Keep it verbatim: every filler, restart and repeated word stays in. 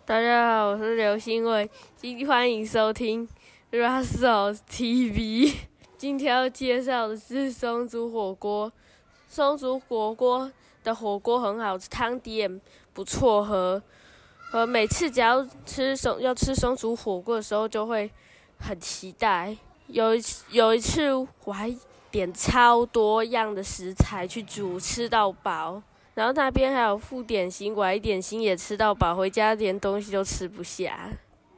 大家好，我是刘欣伟，今欢迎收听 Russell T V。今天要介绍的是松竹火锅。松竹火锅的火锅很好吃，汤底也不错喝。呃，每次只要吃松要吃松竹火锅的时候，就会很期待。有一有一次我还点超多样的食材去煮，吃到饱。然后那边还有附点心，我还点心也吃到饱，回家连东西都吃不下。